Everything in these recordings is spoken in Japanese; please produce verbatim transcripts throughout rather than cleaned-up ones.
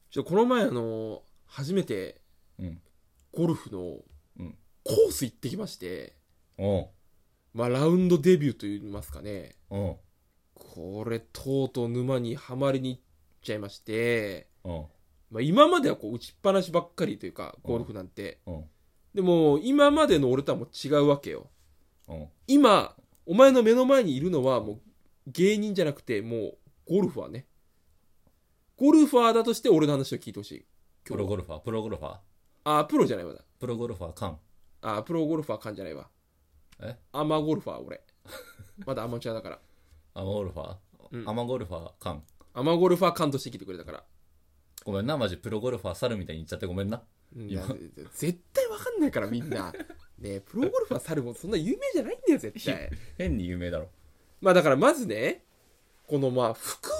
ちょこの前あの初めてゴルフのコース行ってきまして、 うん、 まあラウンドデビューと言いますかね、 うん、 これとうとう沼にはまりに行っちゃいまして、 うん、 まあ、今まではこう打ちっぱなしばっかりというかゴルフなんて、 うん、 でも今までの俺とはもう違うわけよ、 うん、 今お前の目の前にいるのはもう芸人じゃなくてもうゴルファーね。ゴルファーだとして俺の話を聞いてほしい。 プロゴルファープロゴルファーあ、プロじゃないわだ。 プロゴルファーカンあ、プロゴルファーかんじゃないわ。 えアマゴルファー俺まだアマチュアだから。 アマゴルファー、うん、アマゴルファーカンアマゴルファーカンとして来てくれたから。 ごめんな、マジプロゴルファー猿みたいに言っちゃってごめんな。 いや絶対わかんないからみんなねえ、プロゴルファー猿もそんな有名じゃないんだよ絶対変に有名だろ。 まあだからまずね、このまあ服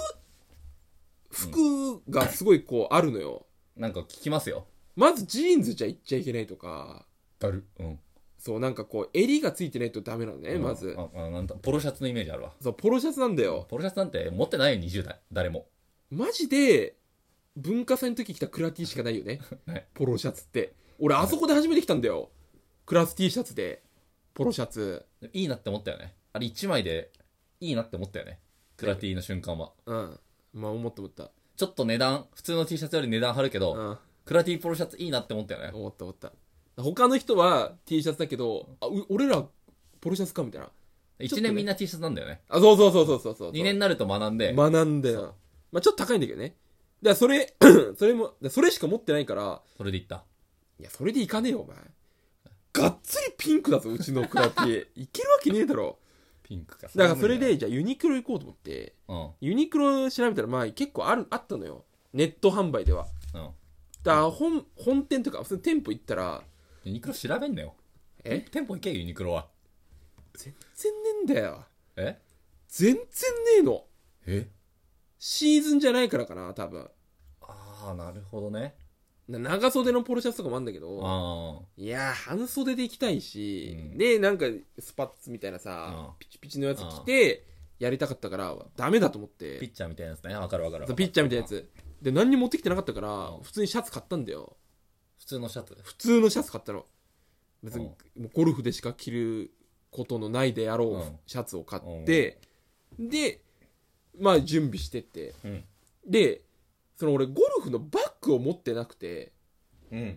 服がすごいこうあるのよ、 うん、なんか聞きますよ。 まずジーンズじゃいっちゃいけないとか。 だる、うん、 そうなんかこう襟がついてないとダメなのね、うん、まず。 ああなんだポロシャツのイメージあるわ。 そうポロシャツなんだよ。 ポロシャツなんて持ってないよにじゅう代誰も。 マジで文化祭の時着たクラ T しかないよねはいポロシャツって。俺あそこで初めて着たんだよ、クラス T シャツでポロシャツ。 いいなって思ったよね、あれいちまいでいいなって思ったよね、クラ T の瞬間は。 うんまあ思った思った。 ちょっと値段普通の T シャツより値段張るけど、うん、クラ T ポロシャツいいなって思ったよね。 思った思った。他の人は T シャツだけど、あ俺らポロシャツかみたいな。 いちねんみんな T シャツなんだよね。 あ、そうそうそうそうそうそう。 にねんになると学んで学んでな。まあちょっと高いんだけどね。だからそれそれもそれしか持ってないから。 それでいった。 いやそれでいかねえよお前。がっつりピンクだぞうちのクラ T いけるわけねえだろ。ピンクか。だからそれでじゃあユニクロ行こうと思って、うん、ユニクロ調べたらまあ結構あるあったのよ、ネット販売では。うん、だから本本店とか普通に店舗行ったら。 ユニクロ調べんなよ。え店舗行けよユニクロは。 全然ねえんだよ。 え全然ねえの。 えシーズンじゃないからかな多分。 ああなるほどね。 長袖のポロシャツとかもあるんだけど、 あいや半袖で行きたいし、うん、でなんかスパッツみたいなさピチピチのやつ着てやりたかったからダメだと思って。 ピッチャーみたいなやつね。わかるわかる。 ピッチャーみたいなやつで何にも持ってきてなかったから普通にシャツ買ったんだよ。 普通のシャツ普通のシャツ買ったの。別にもうゴルフでしか着ることのないであろうシャツを買って、でまあ準備してって、うん、でその俺ゴルフのバッグを持ってなくて、 うんうんうん、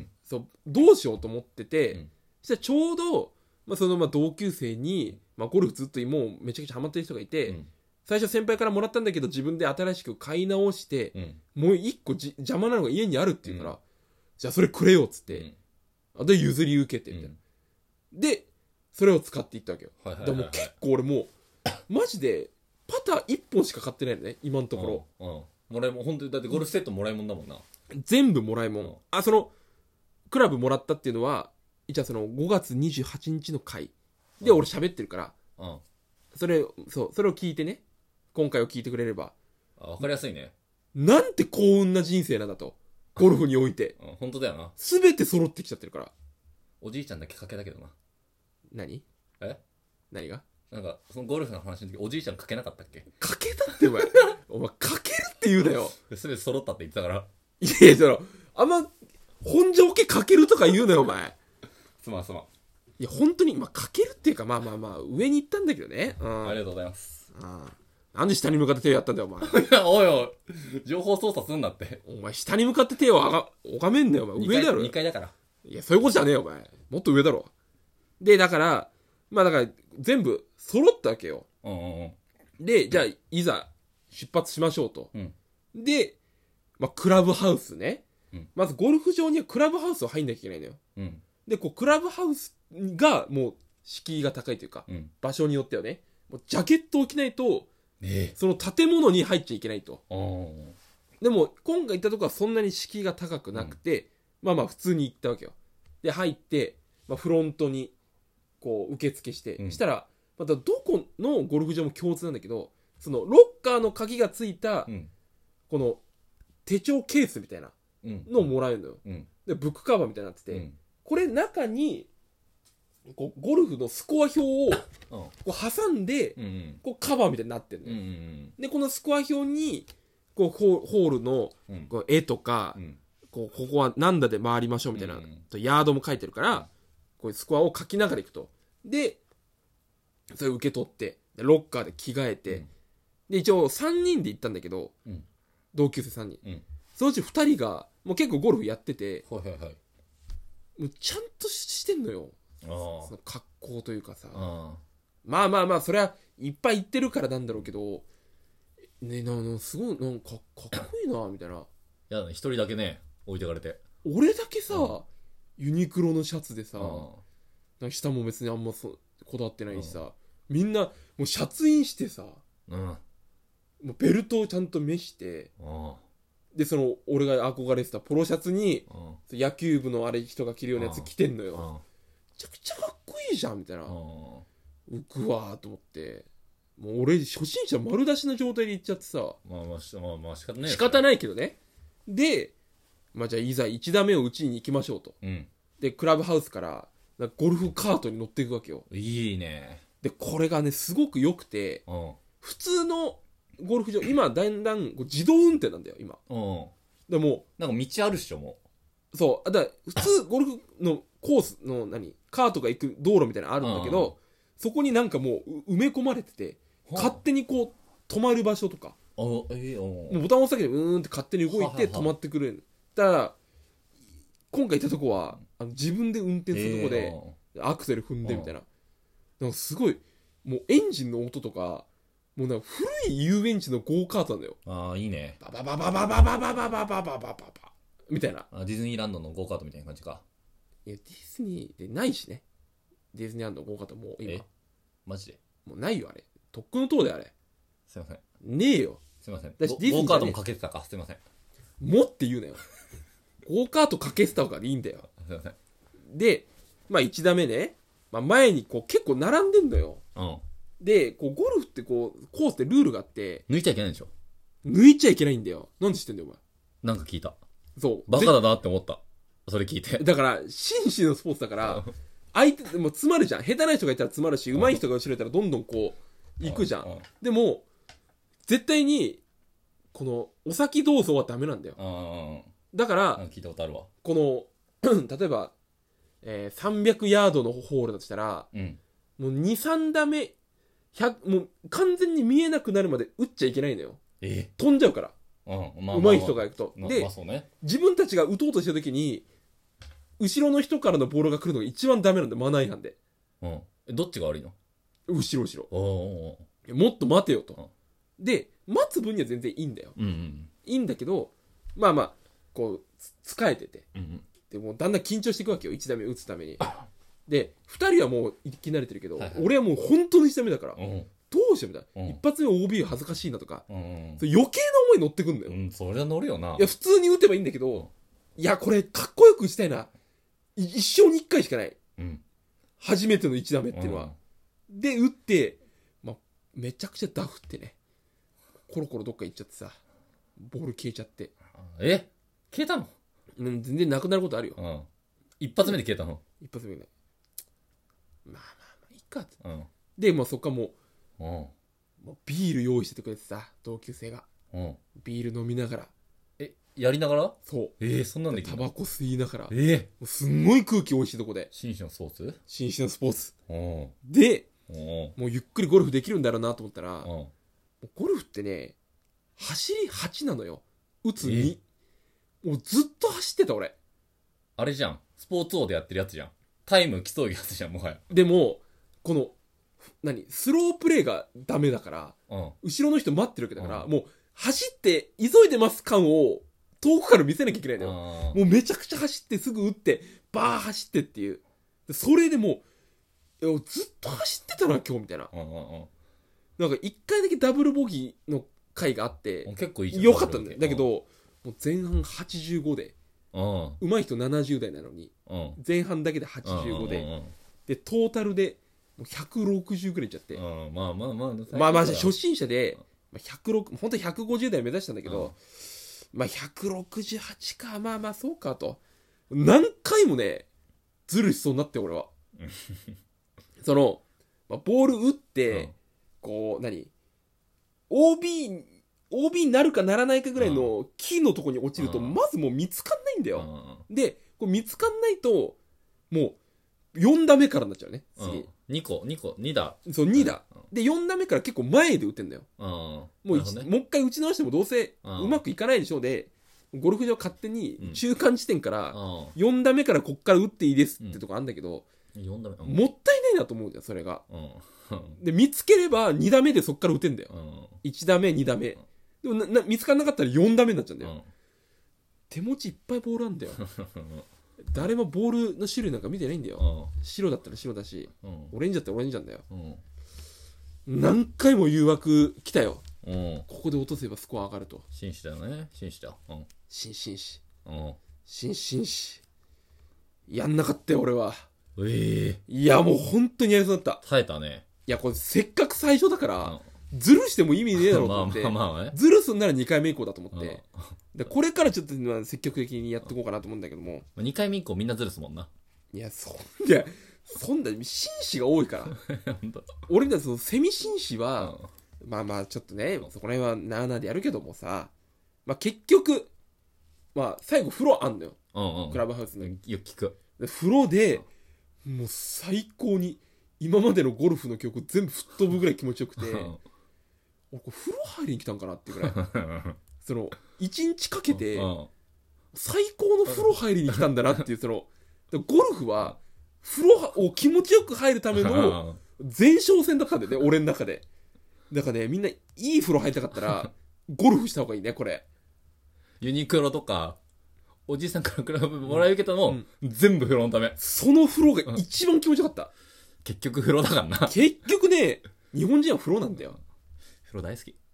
そうどうしようと思ってて、うん、そしたらちょうど、まあ、そのまあ同級生に、まあ、ゴルフずっともうめちゃくちゃハマってる人がいて、うん、最初先輩からもらったんだけど自分で新しく買い直して、うん、もう一個じ邪魔なのが家にあるっていうから、うん、じゃあそれくれよっつって、うん、で譲り受けてみたいな、うん、でそれを使っていったわけよ、はいはいはいはい、でも結構俺もうマジでパターいっぽんしか買ってないのね今のところ、 うんうん、もらいもん本当にだってゴルフセットもらいもんだもんな。 全部もらいもん、うん、あそのクラブもらったっていうのは一応そのごがつにじゅうはちにちの回で俺喋ってるから、うん、それそうそれを聞いてね今回を聞いてくれればあ分かりやすいね。 なんて幸運な人生なんだとゴルフにおいて、 うん、本当だよな。 全て揃ってきちゃってるから。おじいちゃんだけ賭けだけどな。 何え何がなんかそのゴルフの話の時おじいちゃん賭けなかったっけ。 賭けだってお前お前賭けるって言うなよ。 全て揃ったって言ってたから。 いやいやそのあんま本条家賭けるとか言うなよお前。 すまんすまん。 いや本当にまあ賭けるっていうかまあまあまあ上に行ったんだけどね、うん、 ありがとうございます。 ああなんで下に向かって手をやったんだよお前おいおい情報操作すんなって。 お前下に向かって手をあが拝めんなよお前。上だろ。 にかいだから。 いやそういうことじゃねえよお前。もっと上だろ。でだからまあだから全部揃ったわけよ、うんうんうん、でじゃあいざ出発しましょうと、うん、で、まあ、クラブハウスね、うん、まずゴルフ場にはクラブハウスを入んなきゃいけないのよ、うん、でこうクラブハウスがもう敷居が高いというか、うん、場所によってはねもうジャケットを着ないと、ね、その建物に入っちゃいけないと。でも今回行ったとこはそんなに敷居が高くなくて、うん、まあまあ普通に行ったわけよ。で入って、まあ、フロントにこう受付して、うん、したらまたどこのゴルフ場も共通なんだけどそのロッカーの鍵がついた、うん、この手帳ケースみたいなのをもらえるのよ、うん、でブックカバーみたいになってて、うん、これ中にこうゴルフのスコア表をこう挟んで、うんうん、こうカバーみたいになってるのよ、うんうん、でこのスコア表にここうホホールのうんこう絵とか、 うんこうここは何打で回りましょうみたいな、 うんとヤードも書いてるから、こういうスコアを書きながらいくと。で、それを受け取って、でロッカーで着替えて、 うんで、一応さんにんで行ったんだけど、 うん同級生さんにん。 うんそのうちふたりが、もう結構ゴルフやってて、 はいはいはいもうちゃんとしてんのよ。 あその格好というかさ。 あまあまあまあ、それはいっぱい行ってるからなんだろうけど、ね、ななすごい、なんかかっこいいな、みたいな。 いや一人だけね置いてかれて俺だけさ、 うんユニクロのシャツでさ、 あなんか下も別にあんまそこだわってないしさ、みんなもうシャツインしてさ、 うんもうベルトをちゃんと召して、 あで、その俺が憧れてたポロシャツに、 あ野球部のあれ人が着るようなやつ着てんのよ。めあちゃくちゃかっこいいじゃんみたいな。 あ浮くわーと思って。もう俺初心者丸出しの状態で行っちゃってさ、 まあまあしまあまあ仕方ない仕方いないけどね。で、まあじゃあいざいち打目を打ちに行きましょうと。 うんで、クラブハウスからなんかゴルフカートに乗っていくわけよ。 いいねで、これがね、すごく良くて、 うん普通のゴルフ場、今だんだんこう自動運転なんだよ、今。 うんでもなんか道あるっしょもう、そう、だから普通ゴルフのコースの何、カートが行く道路みたいなのあるんだけど、そこになんかもう埋め込まれてて、 う勝手にこう止まる場所とか、 あええもうボタンを押すだけでうーんって勝手に動いはははて止まってくれる。だから今回行ったとこはあの自分で運転するとこでアクセル踏んでみたいな、なんかすごいもうエンジンの音とかもうなんか古い遊園地のゴーカートなんだよ。 ああいいねバババババババババババババババみたいな。 あディズニーランドのゴーカートみたいな感じかいやディズニーでないしね。ディズニーランドのゴーカートもう今えマジでもうないよあれ。とっくの塔であれ。 すいませんねえよ。 すいませんだしゴディズニーじゃねえゴーカートもかけてたかすいませんもって言うなよ。ゴーカートかけてた方がいいんだよ。 すいませんで、まあいち打目ね、まあ、前にこう結構並んでんのよ。 うんで、こうゴルフってこう、コースでルールがあって、 抜いちゃいけないでしょ抜いちゃいけないんだよ。なんで知ってんだよ、お前。 なんか聞いたそう。 バカだなって思ったそれ聞いてでだから、紳士のスポーツだから、相手、もう詰まるじゃん。下手な人がいたら詰まるし、上手い人が後ろいたらどんどんこう、行くじゃん。 うんでも、絶対に、この、お先どうぞはダメなんだよ。 うんだから、 なんか聞いたことあるわこの、例えば、えー、さんびゃくヤードのホールだとしたら、 うんもうに、さん打目、ひゃくもう完全に見えなくなるまで打っちゃいけないのよ。 え飛んじゃうから。 うんまあまあ上手い人が行くと。 まあで、 まあそうね自分たちが打とうとした時に、後ろの人からのボールが来るのが一番ダメなんだよ、マナー違反で。 うんえどっちが悪いの後ろ後ろ。 おおもっと待てよと。で、待つ分には全然いいんだよ。 うんうんいいんだけど、まあまあ、こう、つ使えてて。 うんでもうだんだん緊張していくわけよ、いち打目打つために。で、ふたりはもう生き慣れてるけど、 はいはい俺はもう本当にいち打目だから、 うんどうしようみたいな。 うん一発目 オービー 恥ずかしいなとか、 うんうんそれ余計な思い乗ってくんだよ。 うんそりゃ乗るよないや、普通に打てばいいんだけど、いや、これ、かっこよくしたいな。い一生に一回しかない。 うん初めての一打目っていうのは。で、打って、まあ、めちゃくちゃダフってね。コロコロどっか行っちゃってさ、ボール消えちゃって。 え消えたのうん全然なくなることあるよ。 うん一発目で消えたの一発目ね。まあまあまあ、いいかって。 うんで、まあそっからもうんう、もうビール用意しててくれてさ、同級生が。 うんビール飲みながら。 えやりながらそう。 えー、そんなんできるのタバコ吸いながら。もえー、 うすんごい空気美味しいとこで。 紳士のスポーツ紳士のスポーツ。 うんで、 うんもうゆっくりゴルフできるんだろうなと思ったら、 うんゴルフってね、走りはちなのよ。打つに。もうずっと走ってた俺。 あれじゃんスポーツ王でやってるやつじゃんタイム競うやつじゃんもはやでも、この、何スロープレーがダメだから、 うん後ろの人待ってるわけだから、 うんもう走って急いでます感を遠くから見せなきゃいけないのよ。 あもうめちゃくちゃ走ってすぐ打ってバー走ってっていうでそれでもういやずっと走ってたな今日みたいな。 うんうんうんなんか一回だけダブルボギーの回があって結構いいじゃんよかったんだよ。だけどもう前半はちじゅうごでうん上手い人ななじゅう代なのにうん前半だけではちじゅうごでうんでトータルでもうひゃくろくじゅうぐらいいっちゃってうんうんまあまあまあまあまあ初初心者でまあひゃくろく本当にひゃくごじゅう代目指したんだけどまあひゃくろくじゅうはちかまあまあそうかと何回もねズルしそうになって俺はその、まあ、ボール打って、 うんこう何 オービーオービー になるかならないかぐらいの木のとこに落ちると、まずもう見つかんないんだよ。で、これ見つかんないと、もう、よん打目からになっちゃうね。次。 うん、にこ、にこ、に打。 そう、に打。で、よん打目から結構前で打ってんだよ。 うん、もう、ね、もう一回打ち直してもどうせうまくいかないでしょうで、ゴルフ場勝手に中間地点から、よん打目からこっから打っていいですってとこあるんだけど、 よん打目、うん、 もったいないなと思うんだよ、それが。うん、で、見つければに打目でそっから打てんだよ。うん、いち打目、に打目。でもなな見つからなかったらよん打目になっちゃうんだよ。うん、手持ちいっぱいボールあんだよ。誰もボールの種類なんか見てないんだよ。うん、白だったら白だし、うん、オレンジだったらオレンジなんだよ。うん、何回も誘惑来たよ。うん、ここで落とせばスコア上がると。 紳士だよね。紳士だ。うん、 紳紳士。うん、紳紳士。やんなかったよ、俺は。 ええー。 いや、もう本当にやりそうだった。 耐えたね。 いや、これせっかく最初だから、うん、ズルしても意味ねえだろうと思って。まあまあまあね。ズルすんならにかいめ以降だと思って。うん、でこれからちょっと積極的にやっていこうかなと思うんだけども。 にかいめ以降みんなズルすもんな。 いや、そんいや、そんな、紳士が多いから。俺みたいなそのセミ紳士は、うん、まあまあちょっとね、そこら辺はなあなあでやるけどもさ、まあ結局、まあ最後風呂あんのよ。うんうん、クラブハウスの。よく聞く。 風呂で、もう最高に、今までのゴルフの曲全部吹っ飛ぶぐらい気持ちよくて、俺これ風呂入りに来たんかなっていうぐらい。その、一日かけて、最高の風呂入りに来たんだなっていう、その、ゴルフは、風呂を気持ちよく入るための前哨戦だったんだよね、俺の中で。だからね、みんないい風呂入りたかったら、ゴルフした方がいいね、これ。 ユニクロとか、おじいさんからクラブもらい受けたの、うん、全部風呂のため。 その風呂が一番気持ちよかった。 結局風呂だからな。 結局ね、日本人は風呂なんだよ。 風呂大好き。